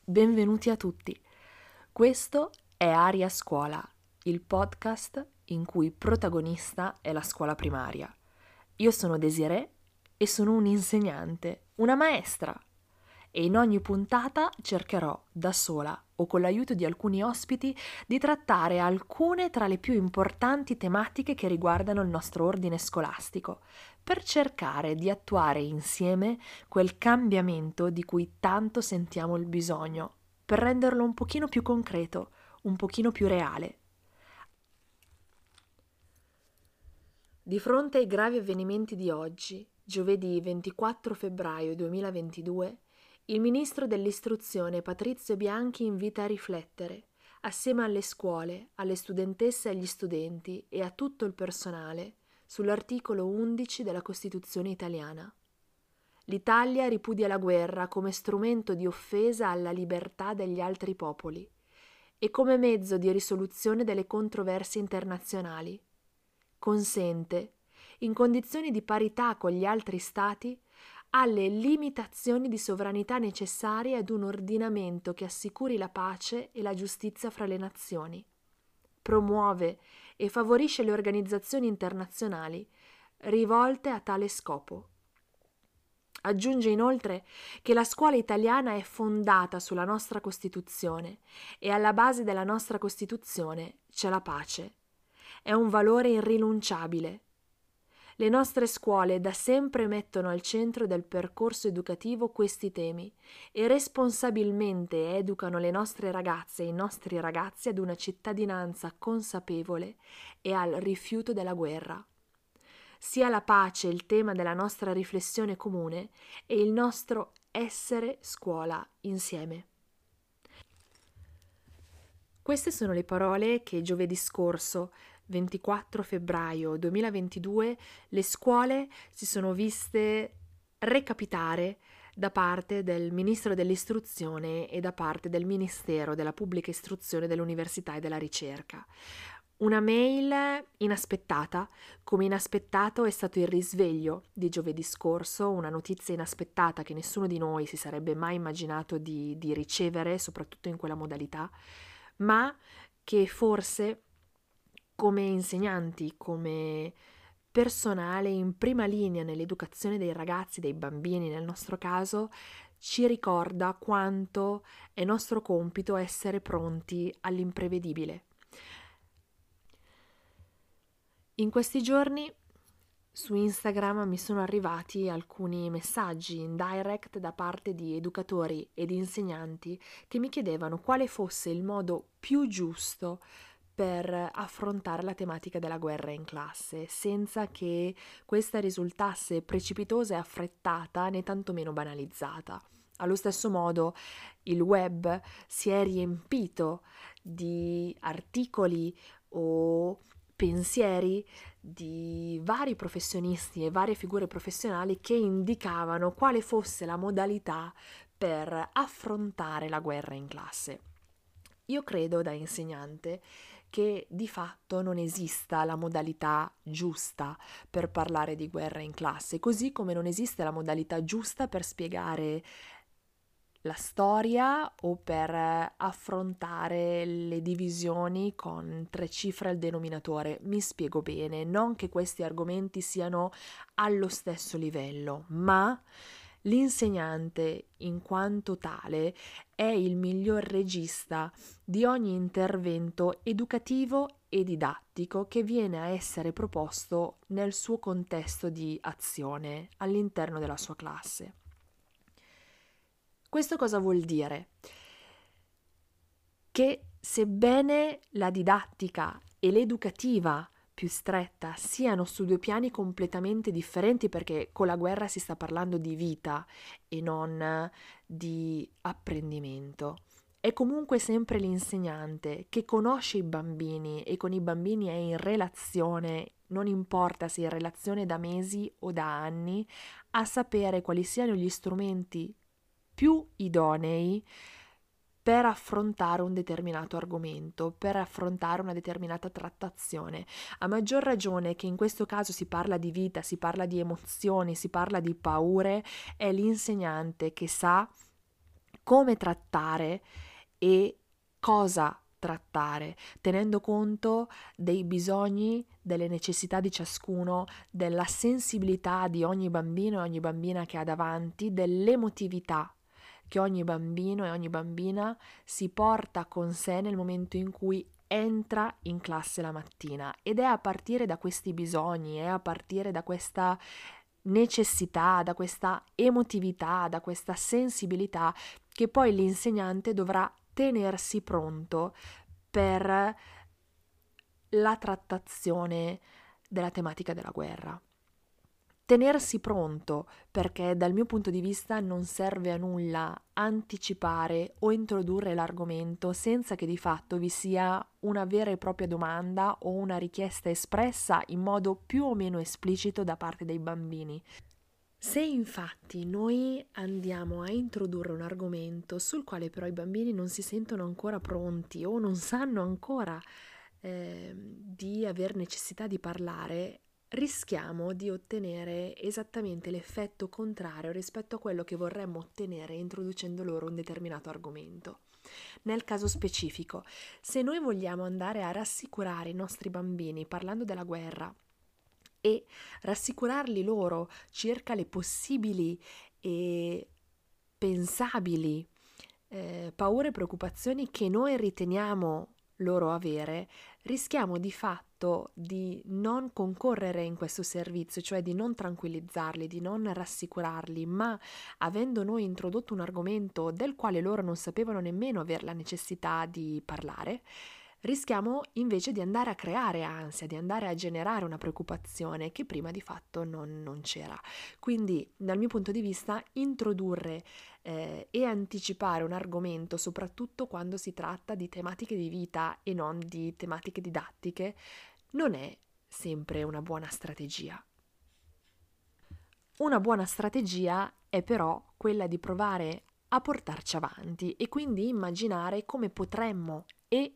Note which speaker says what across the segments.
Speaker 1: Benvenuti a tutti. Questo è Aria Scuola, il podcast in cui protagonista è la scuola primaria. Io sono Desiree e sono un'insegnante, una maestra. E in ogni puntata cercherò da sola o con l'aiuto di alcuni ospiti di trattare alcune tra le più importanti tematiche che riguardano il nostro ordine scolastico, per cercare di attuare insieme quel cambiamento di cui tanto sentiamo il bisogno, per renderlo un pochino più concreto, un pochino più reale. Di fronte ai gravi avvenimenti di oggi, giovedì 24 febbraio 2022, il ministro dell'istruzione Patrizio Bianchi invita a riflettere, assieme alle scuole, alle studentesse e agli studenti e a tutto il personale, sull'articolo 11 della Costituzione italiana. L'Italia ripudia la guerra come strumento di offesa alla libertà degli altri popoli e come mezzo di risoluzione delle controversie internazionali. Consente, in condizioni di parità con gli altri Stati, alle limitazioni di sovranità necessarie ad un ordinamento che assicuri la pace e la giustizia fra le nazioni. Promuove e favorisce le organizzazioni internazionali rivolte a tale scopo. Aggiunge inoltre che la scuola italiana è fondata sulla nostra Costituzione e alla base della nostra Costituzione c'è la pace. È un valore irrinunciabile. Le nostre scuole da sempre mettono al centro del percorso educativo questi temi e responsabilmente educano le nostre ragazze e i nostri ragazzi ad una cittadinanza consapevole e al rifiuto della guerra. Sia la pace il tema della nostra riflessione comune e il nostro essere scuola insieme. Queste sono le parole che giovedì scorso, 24 febbraio 2022, le scuole si sono viste recapitare da parte del Ministro dell'Istruzione e da parte del Ministero della Pubblica Istruzione, dell'Università e della Ricerca. Una mail inaspettata, come inaspettato è stato il risveglio di giovedì scorso, una notizia inaspettata che nessuno di noi si sarebbe mai immaginato di ricevere, soprattutto in quella modalità, ma che forse come insegnanti, come personale in prima linea nell'educazione dei ragazzi, dei bambini nel nostro caso, ci ricorda quanto è nostro compito essere pronti all'imprevedibile. In questi giorni su Instagram mi sono arrivati alcuni messaggi in direct da parte di educatori ed insegnanti che mi chiedevano quale fosse il modo più giusto per affrontare la tematica della guerra in classe, senza che questa risultasse precipitosa e affrettata né tantomeno banalizzata. Allo stesso modo il web si è riempito di articoli o pensieri di vari professionisti e varie figure professionali che indicavano quale fosse la modalità per affrontare la guerra in classe. Io credo da insegnante che di fatto non esista la modalità giusta per parlare di guerra in classe, così come non esiste la modalità giusta per spiegare la storia o per affrontare le divisioni con 3 cifre al denominatore. Mi spiego bene, non che questi argomenti siano allo stesso livello, ma l'insegnante in quanto tale è il miglior regista di ogni intervento educativo e didattico che viene a essere proposto nel suo contesto di azione all'interno della sua classe. Questo cosa vuol dire? Che sebbene la didattica e l'educativa più stretta siano su 2 piani completamente differenti, perché con la guerra si sta parlando di vita e non di apprendimento, è comunque sempre l'insegnante che conosce i bambini e con i bambini è in relazione, non importa se in relazione da mesi o da anni, a sapere quali siano gli strumenti più idonei per affrontare un determinato argomento, per affrontare una determinata trattazione. A maggior ragione che in questo caso si parla di vita, si parla di emozioni, si parla di paure, è l'insegnante che sa come trattare e cosa trattare, tenendo conto dei bisogni, delle necessità di ciascuno, della sensibilità di ogni bambino e ogni bambina che ha davanti, dell'emotività che ogni bambino e ogni bambina si porta con sé nel momento in cui entra in classe la mattina, ed è a partire da questi bisogni, è a partire da questa necessità, da questa emotività, da questa sensibilità che poi l'insegnante dovrà tenersi pronto per la trattazione della tematica della guerra. Tenersi pronto, perché dal mio punto di vista non serve a nulla anticipare o introdurre l'argomento senza che di fatto vi sia una vera e propria domanda o una richiesta espressa in modo più o meno esplicito da parte dei bambini. Se infatti noi andiamo a introdurre un argomento sul quale però i bambini non si sentono ancora pronti o non sanno ancora di aver necessità di parlare, rischiamo di ottenere esattamente l'effetto contrario rispetto a quello che vorremmo ottenere introducendo loro un determinato argomento. Nel caso specifico, se noi vogliamo andare a rassicurare i nostri bambini parlando della guerra e rassicurarli loro circa le possibili e pensabili paure e preoccupazioni che noi riteniamo loro avere, rischiamo di fatto di non concorrere in questo servizio, cioè di non tranquillizzarli, di non rassicurarli, ma avendo noi introdotto un argomento del quale loro non sapevano nemmeno aver la necessità di parlare, rischiamo invece di andare a creare ansia, di andare a generare una preoccupazione che prima di fatto non c'era. Quindi, dal mio punto di vista, introdurre e anticipare un argomento, soprattutto quando si tratta di tematiche di vita e non di tematiche didattiche, non è sempre una buona strategia. Una buona strategia è però quella di provare a portarci avanti e quindi immaginare come potremmo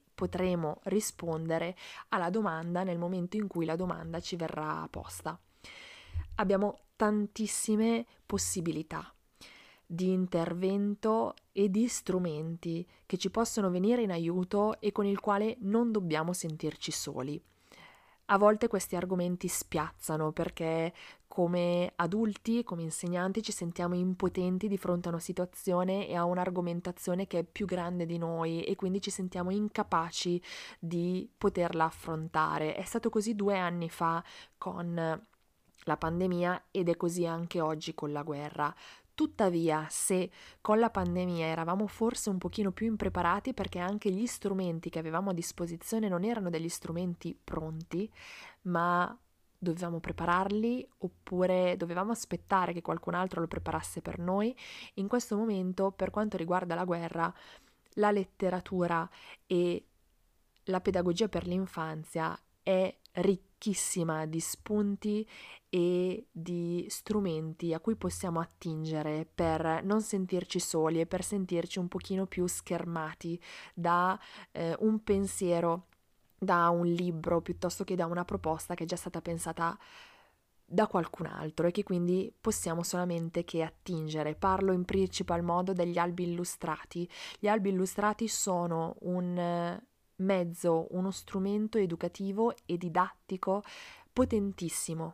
Speaker 1: rispondere alla domanda nel momento in cui la domanda ci verrà posta. Abbiamo tantissime possibilità di intervento e di strumenti che ci possono venire in aiuto e con il quale non dobbiamo sentirci soli. A volte questi argomenti spiazzano perché come adulti, come insegnanti, ci sentiamo impotenti di fronte a una situazione e a un'argomentazione che è più grande di noi e quindi ci sentiamo incapaci di poterla affrontare. È stato così 2 anni fa con la pandemia ed è così anche oggi con la guerra. Tuttavia, se con la pandemia eravamo forse un pochino più impreparati perché anche gli strumenti che avevamo a disposizione non erano degli strumenti pronti, ma dovevamo prepararli oppure dovevamo aspettare che qualcun altro lo preparasse per noi, in questo momento, per quanto riguarda la guerra, la letteratura e la pedagogia per l'infanzia è ricchissima di spunti e di strumenti a cui possiamo attingere per non sentirci soli e per sentirci un pochino più schermati da un pensiero, da un libro, piuttosto che da una proposta che è già stata pensata da qualcun altro e che quindi possiamo solamente che attingere. Parlo in principal modo degli albi illustrati. Gli albi illustrati sono un mezzo, uno strumento educativo e didattico potentissimo.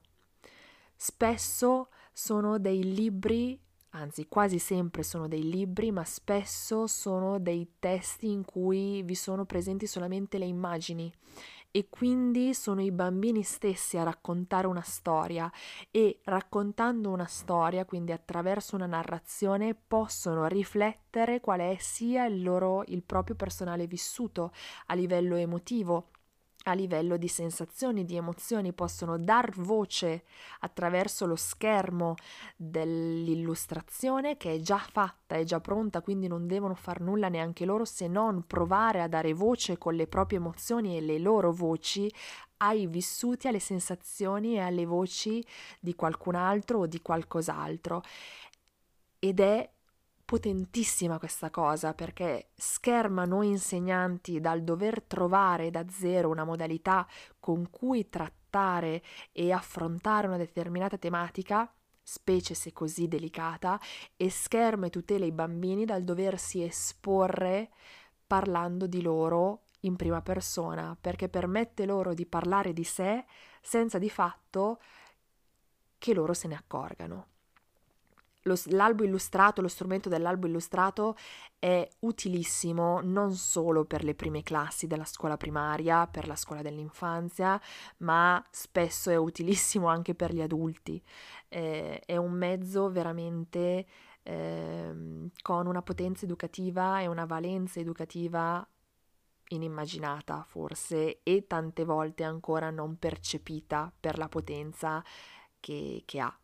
Speaker 1: Spesso sono dei libri, anzi quasi sempre sono dei libri, ma spesso sono dei testi in cui vi sono presenti solamente le immagini e quindi sono i bambini stessi a raccontare una storia e raccontando una storia, quindi attraverso una narrazione, possono riflettere quale sia il proprio personale vissuto a livello emotivo, a livello di sensazioni, di emozioni, possono dar voce attraverso lo schermo dell'illustrazione che è già fatta, è già pronta, quindi non devono far nulla neanche loro se non provare a dare voce con le proprie emozioni e le loro voci ai vissuti, alle sensazioni e alle voci di qualcun altro o di qualcos'altro. Ed è potentissima questa cosa perché scherma noi insegnanti dal dover trovare da zero una modalità con cui trattare e affrontare una determinata tematica, specie se così delicata, e scherma e tutela i bambini dal doversi esporre parlando di loro in prima persona, perché permette loro di parlare di sé senza di fatto che loro se ne accorgano. L'albo illustrato, lo strumento dell'albo illustrato è utilissimo non solo per le prime classi della scuola primaria, per la scuola dell'infanzia, ma spesso è utilissimo anche per gli adulti. È un mezzo veramente con una potenza educativa e una valenza educativa inimmaginata forse, e tante volte ancora non percepita per la potenza che ha.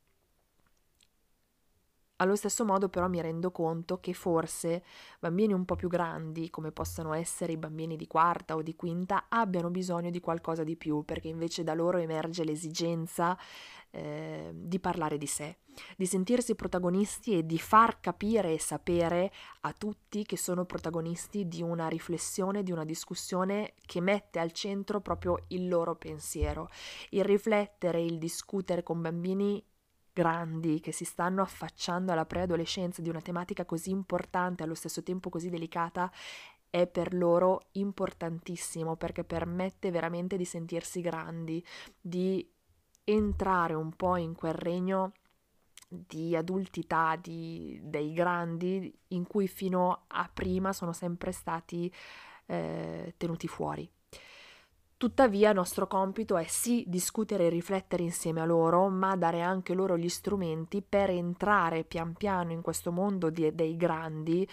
Speaker 1: Allo stesso modo però mi rendo conto che forse bambini un po' più grandi, come possano essere i bambini di quarta o di quinta, abbiano bisogno di qualcosa di più, perché invece da loro emerge l'esigenza di parlare di sé, di sentirsi protagonisti e di far capire e sapere a tutti che sono protagonisti di una riflessione, di una discussione che mette al centro proprio il loro pensiero. Il riflettere, il discutere con bambini grandi che si stanno affacciando alla preadolescenza di una tematica così importante e allo stesso tempo così delicata è per loro importantissimo, perché permette veramente di sentirsi grandi, di entrare un po' in quel regno di adultità dei grandi in cui fino a prima sono sempre stati tenuti fuori. Tuttavia, nostro compito è sì discutere e riflettere insieme a loro, ma dare anche loro gli strumenti per entrare pian piano in questo mondo dei grandi,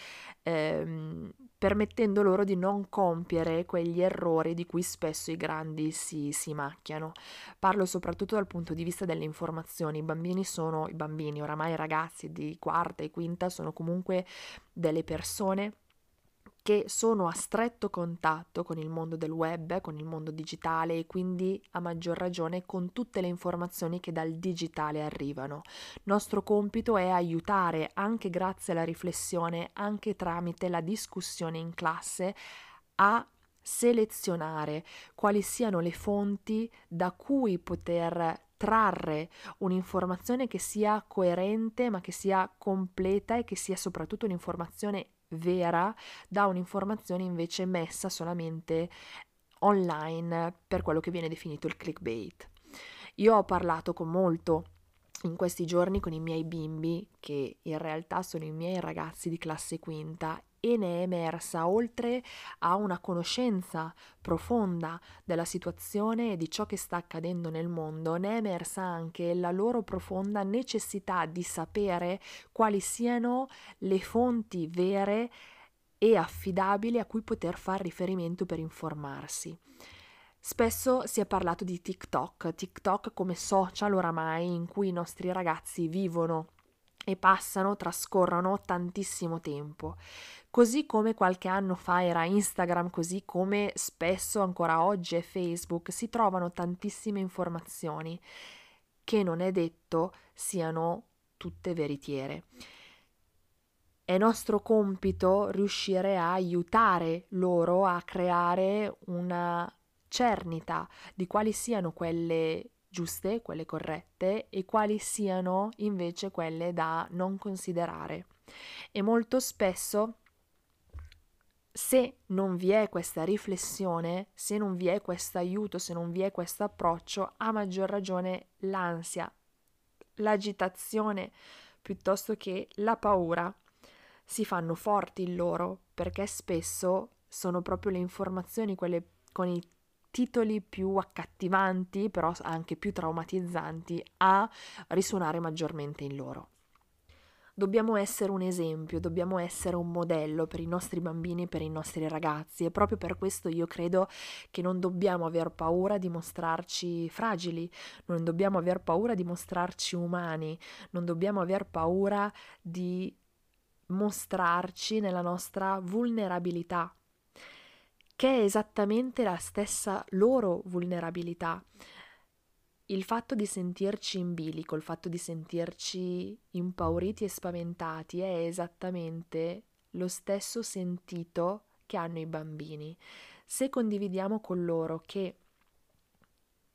Speaker 1: permettendo loro di non compiere quegli errori di cui spesso i grandi si macchiano. Parlo soprattutto dal punto di vista delle informazioni. I bambini, oramai i ragazzi di quarta e quinta, sono comunque delle persone che sono a stretto contatto con il mondo del web, con il mondo digitale, e quindi a maggior ragione con tutte le informazioni che dal digitale arrivano. Nostro compito è aiutare, anche grazie alla riflessione, anche tramite la discussione in classe, a selezionare quali siano le fonti da cui poter trarre un'informazione che sia coerente, ma che sia completa e che sia soprattutto un'informazione vera, da un'informazione invece messa solamente online per quello che viene definito il clickbait. Io ho parlato con molto in questi giorni con i miei bimbi, che in realtà sono i miei ragazzi di classe quinta, e ne è emersa, oltre a una conoscenza profonda della situazione e di ciò che sta accadendo nel mondo, ne è emersa anche la loro profonda necessità di sapere quali siano le fonti vere e affidabili a cui poter far riferimento per informarsi. Spesso si è parlato di TikTok come social oramai in cui i nostri ragazzi vivono e trascorrono tantissimo tempo. Così come qualche anno fa era Instagram, così come spesso ancora oggi è Facebook, si trovano tantissime informazioni che non è detto siano tutte veritiere. È nostro compito riuscire a aiutare loro a creare una cernita di quali siano quelle giuste, quelle corrette, e quali siano invece quelle da non considerare. E molto spesso, se non vi è questa riflessione, se non vi è questo aiuto, se non vi è questo approccio, a maggior ragione l'ansia, l'agitazione, piuttosto che la paura si fanno forti in loro, perché spesso sono proprio le informazioni, quelle con i titoli più accattivanti, però anche più traumatizzanti, a risuonare maggiormente in loro. Dobbiamo essere un esempio, dobbiamo essere un modello per i nostri bambini e per i nostri ragazzi, e proprio per questo io credo che non dobbiamo aver paura di mostrarci fragili, non dobbiamo aver paura di mostrarci umani, non dobbiamo aver paura di mostrarci nella nostra vulnerabilità, che è esattamente la stessa loro vulnerabilità. Il fatto di sentirci in bilico, il fatto di sentirci impauriti e spaventati è esattamente lo stesso sentito che hanno i bambini. Se condividiamo con loro che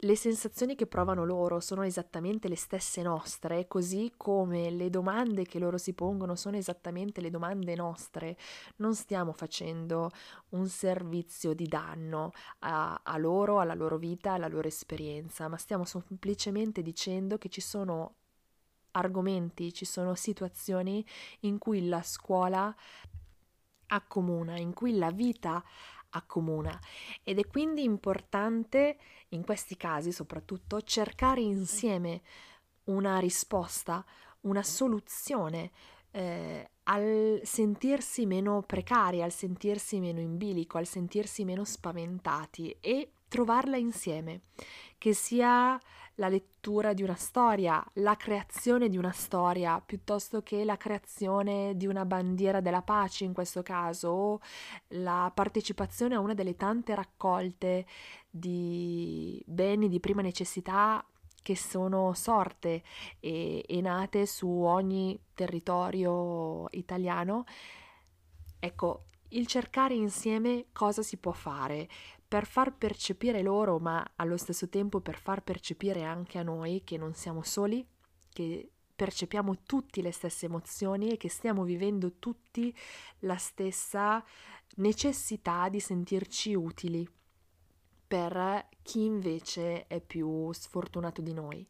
Speaker 1: le sensazioni che provano loro sono esattamente le stesse nostre, così come le domande che loro si pongono sono esattamente le domande nostre. Non stiamo facendo un servizio di danno a loro, alla loro vita, alla loro esperienza, ma stiamo semplicemente dicendo che ci sono argomenti, ci sono situazioni in cui la scuola accomuna, in cui la vita accomuna, ed è quindi importante in questi casi soprattutto cercare insieme una risposta, una soluzione al sentirsi meno precari, al sentirsi meno in bilico, al sentirsi meno spaventati, e trovarla insieme, che sia la lettura di una storia, la creazione di una storia, piuttosto che la creazione di una bandiera della pace in questo caso, o la partecipazione a una delle tante raccolte di beni di prima necessità che sono sorte e nate su ogni territorio italiano. Ecco, il cercare insieme cosa si può fare per far percepire loro, ma allo stesso tempo per far percepire anche a noi che non siamo soli, che percepiamo tutti le stesse emozioni e che stiamo vivendo tutti la stessa necessità di sentirci utili per chi invece è più sfortunato di noi.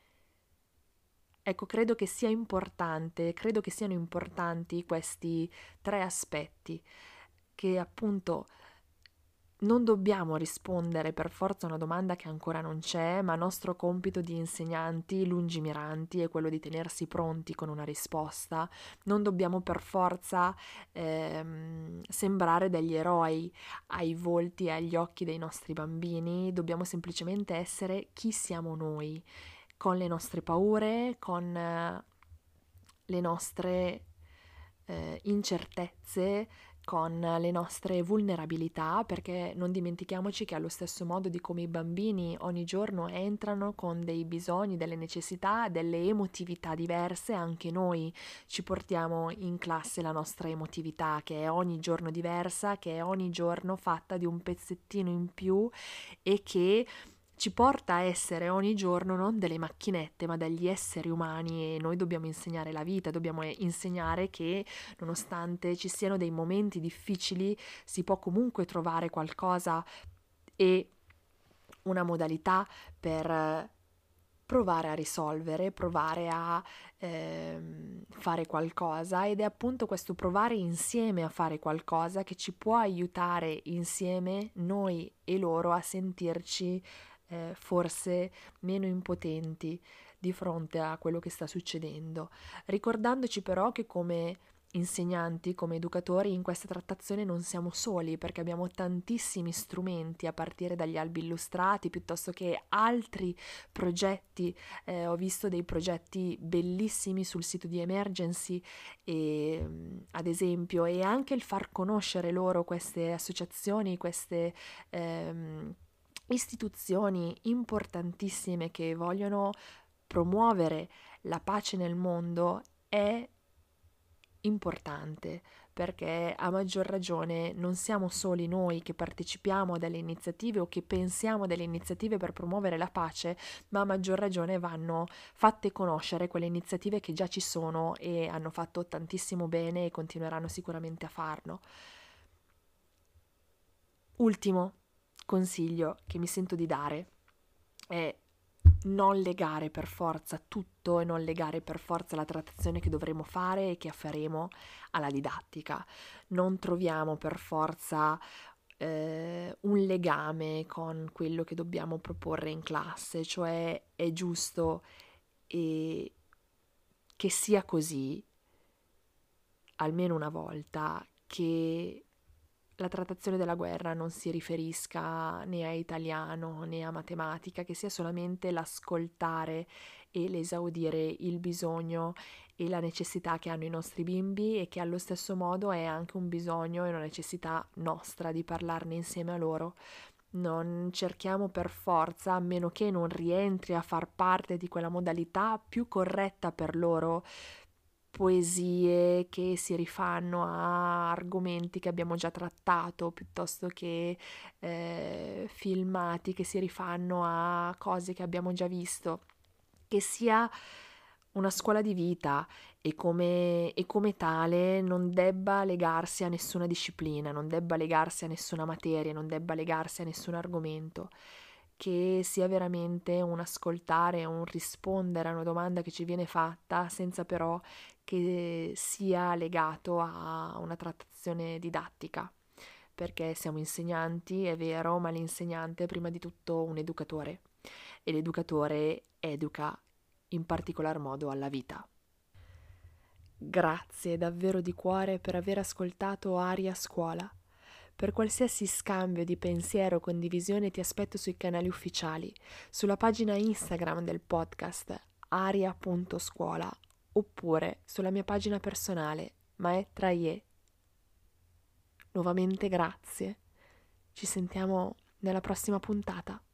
Speaker 1: Ecco, credo che siano importanti questi tre aspetti, che appunto non dobbiamo rispondere per forza a una domanda che ancora non c'è, ma nostro compito di insegnanti lungimiranti è quello di tenersi pronti con una risposta. Non dobbiamo per forza sembrare degli eroi ai volti e agli occhi dei nostri bambini, dobbiamo semplicemente essere chi siamo noi, con le nostre paure, con le nostre incertezze, con le nostre vulnerabilità, perché non dimentichiamoci che allo stesso modo di come i bambini ogni giorno entrano con dei bisogni, delle necessità, delle emotività diverse, anche noi ci portiamo in classe la nostra emotività, che è ogni giorno diversa, che è ogni giorno fatta di un pezzettino in più e che ci porta a essere ogni giorno non delle macchinette, ma degli esseri umani, e noi dobbiamo insegnare la vita, dobbiamo insegnare che nonostante ci siano dei momenti difficili, si può comunque trovare qualcosa e una modalità per provare a risolvere, provare a fare qualcosa, ed è appunto questo provare insieme a fare qualcosa che ci può aiutare insieme, noi e loro, a sentirci forse meno impotenti di fronte a quello che sta succedendo, ricordandoci però che come insegnanti, come educatori, in questa trattazione non siamo soli, perché abbiamo tantissimi strumenti, a partire dagli albi illustrati piuttosto che altri progetti. Ho visto dei progetti bellissimi sul sito di Emergency, e, ad esempio, e anche il far conoscere loro queste associazioni, queste istituzioni importantissime che vogliono promuovere la pace nel mondo è importante, perché a maggior ragione non siamo soli noi che partecipiamo a delle iniziative o che pensiamo a delle iniziative per promuovere la pace, ma a maggior ragione vanno fatte conoscere quelle iniziative che già ci sono e hanno fatto tantissimo bene e continueranno sicuramente a farlo. Ultimo consiglio che mi sento di dare è non legare per forza tutto e non legare per forza la trattazione che dovremo fare e che faremo alla didattica. Non troviamo per forza un legame con quello che dobbiamo proporre in classe, cioè è giusto e che sia così almeno una volta, che la trattazione della guerra non si riferisca né a italiano né a matematica, che sia solamente l'ascoltare e l'esaudire il bisogno e la necessità che hanno i nostri bimbi, e che allo stesso modo è anche un bisogno e una necessità nostra di parlarne insieme a loro. Non cerchiamo per forza, a meno che non rientri a far parte di quella modalità più corretta per loro, poesie che si rifanno a argomenti che abbiamo già trattato, piuttosto che filmati che si rifanno a cose che abbiamo già visto, che sia una scuola di vita e come tale non debba legarsi a nessuna disciplina, non debba legarsi a nessuna materia, non debba legarsi a nessun argomento, che sia veramente un ascoltare, un rispondere a una domanda che ci viene fatta, senza però che sia legato a una trattazione didattica, perché siamo insegnanti, è vero, ma l'insegnante è prima di tutto un educatore e l'educatore educa in particolar modo alla vita. Grazie davvero di cuore per aver ascoltato Aria Scuola. Per qualsiasi scambio di pensiero o condivisione ti aspetto sui canali ufficiali, sulla pagina Instagram del podcast aria.scuola oppure sulla mia pagina personale Maetraie. Nuovamente grazie. Ci sentiamo nella prossima puntata.